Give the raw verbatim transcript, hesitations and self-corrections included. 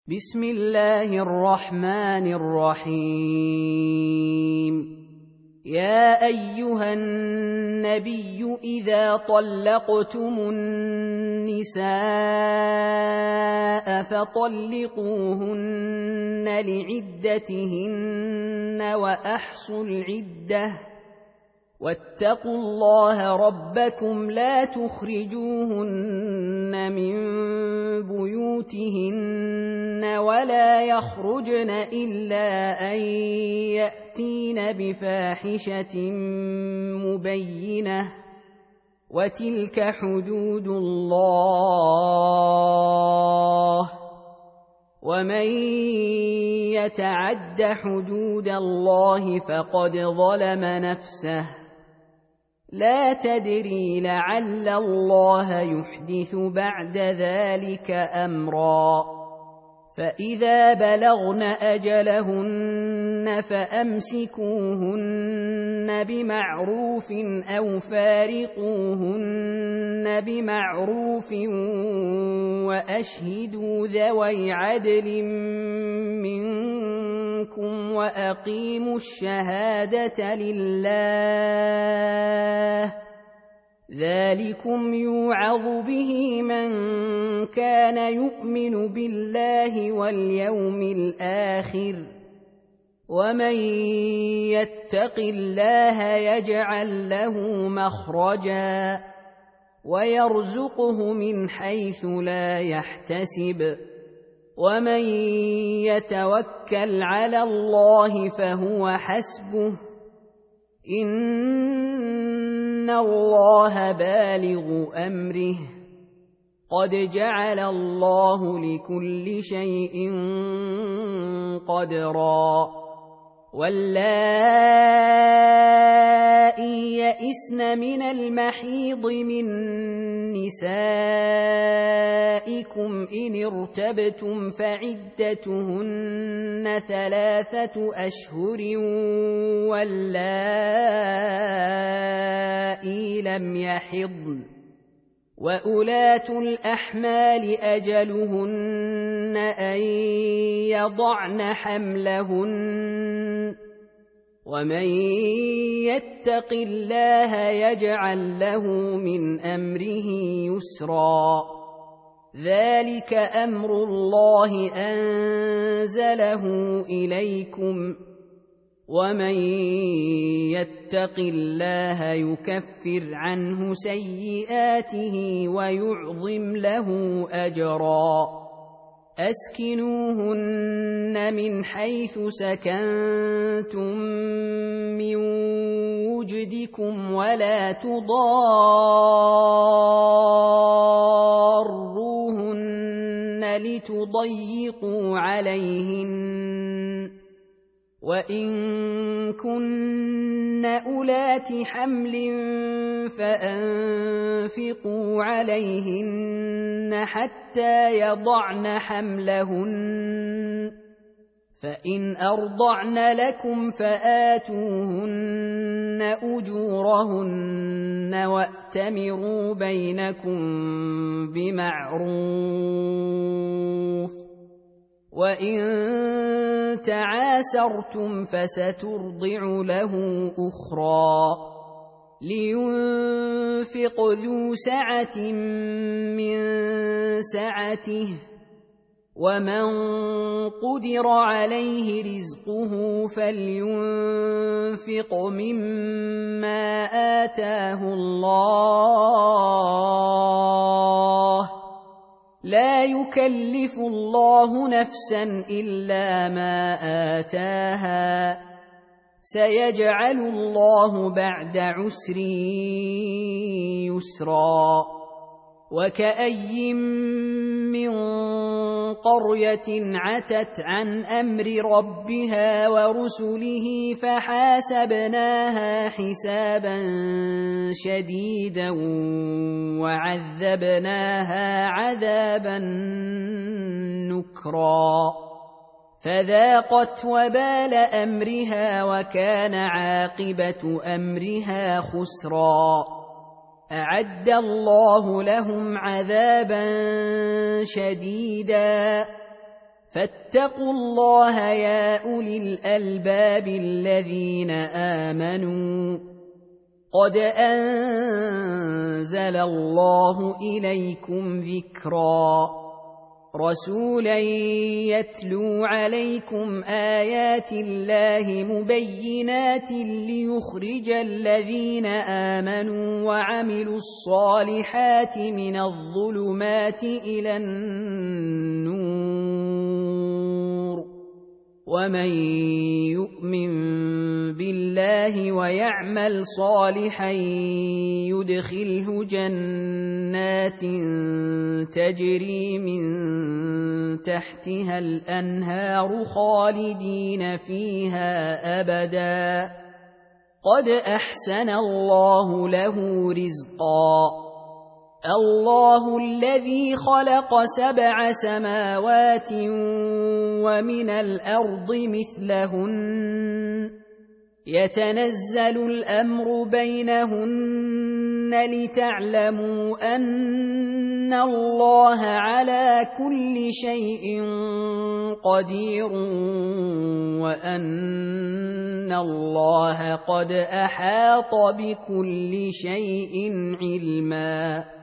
بسم الله الرحمن الرحيم. يا أيها النبي إذا طلقتم النساء فطلقوهن لعدتهن وأحصوا العدة واتقوا الله ربكم لا تخرجوهن من بيوتهن ولا يخرجن إلا أن يأتين بفاحشة مبينة وتلك حدود الله ومن يتعد حدود الله فقد ظلم نفسه لا تدري لعل الله يحدث بعد ذلك أمرا. فإذا بلغن أجلهن فأمسكوهن بمعروف أو فارقوهن بمعروف وأشهدوا ذوي عدل منكم وأقيموا الشهادة لله ذلكم يوعظ به من كان يؤمن بالله واليوم الآخر ومن يتق الله يجعل له مخرجا ويرزقه من حيث لا يحتسب ومن يتوكل على الله فهو حسبه إن الله بالغ أمره قد جعل الله لكل شيء قدرا. واللائي يئسن من المحيض من نسائكم إن ارتبتم فعدتهن ثلاثة أشهر واللائي لم يحضن وأولاة الأحمال أجلهن أن يضعن حملهن ومن يتق الله يجعل له من أمره يسرا. ذلك أمر الله أنزله إليكم ومن يتق الله يكفر عنه سيئاته ويعظم له أجرا. أسكنوهن من حيث سكنتم من وجدكم ولا تضاروهن لتضيقوا عليهن وإن كن أولات حمل فأنفقوا عليهن حتى يضعن حملهن فإن أرضعن لكم فآتوهن أجورهن وأتمروا بينكم بمعروف وإن تعاسرتم فسترضع له أخرى. لينفق ذو سعة من سعته ومن قدر عليه رزقه فلينفق مما آتاه الله لا يكلف الله نفسا إلا ما آتاها سيجعل الله بعد عسر يسرا. وكأي من قرية عتت عن أمر ربها ورسله فحاسبناها حسابا شديدا وعذبناها عذابا نكرا فذاقت وبال أمرها وكان عاقبة أمرها خسرا. أعد الله لهم عذابا شديدا فاتقوا الله يا أولي الألباب الذين آمنوا قد أنزل الله إليكم ذكرا رسولا يتلو عليكم آيات الله مبينات ليخرج الذين آمنوا وعملوا الصالحات من الظلمات إلى النور ومن يؤمن بالله ويعمل صالحا يدخله جنات تجري من تحتها الأنهار خالدين فيها أبدا قد أحسن الله له رزقا الله الذي خلق سبع سماوات ومن الأرض مثلهن يتنزل الأمر بينهن لتعلموا أن الله على كل شيء قدير وأن الله قد أحاط بكل شيء علما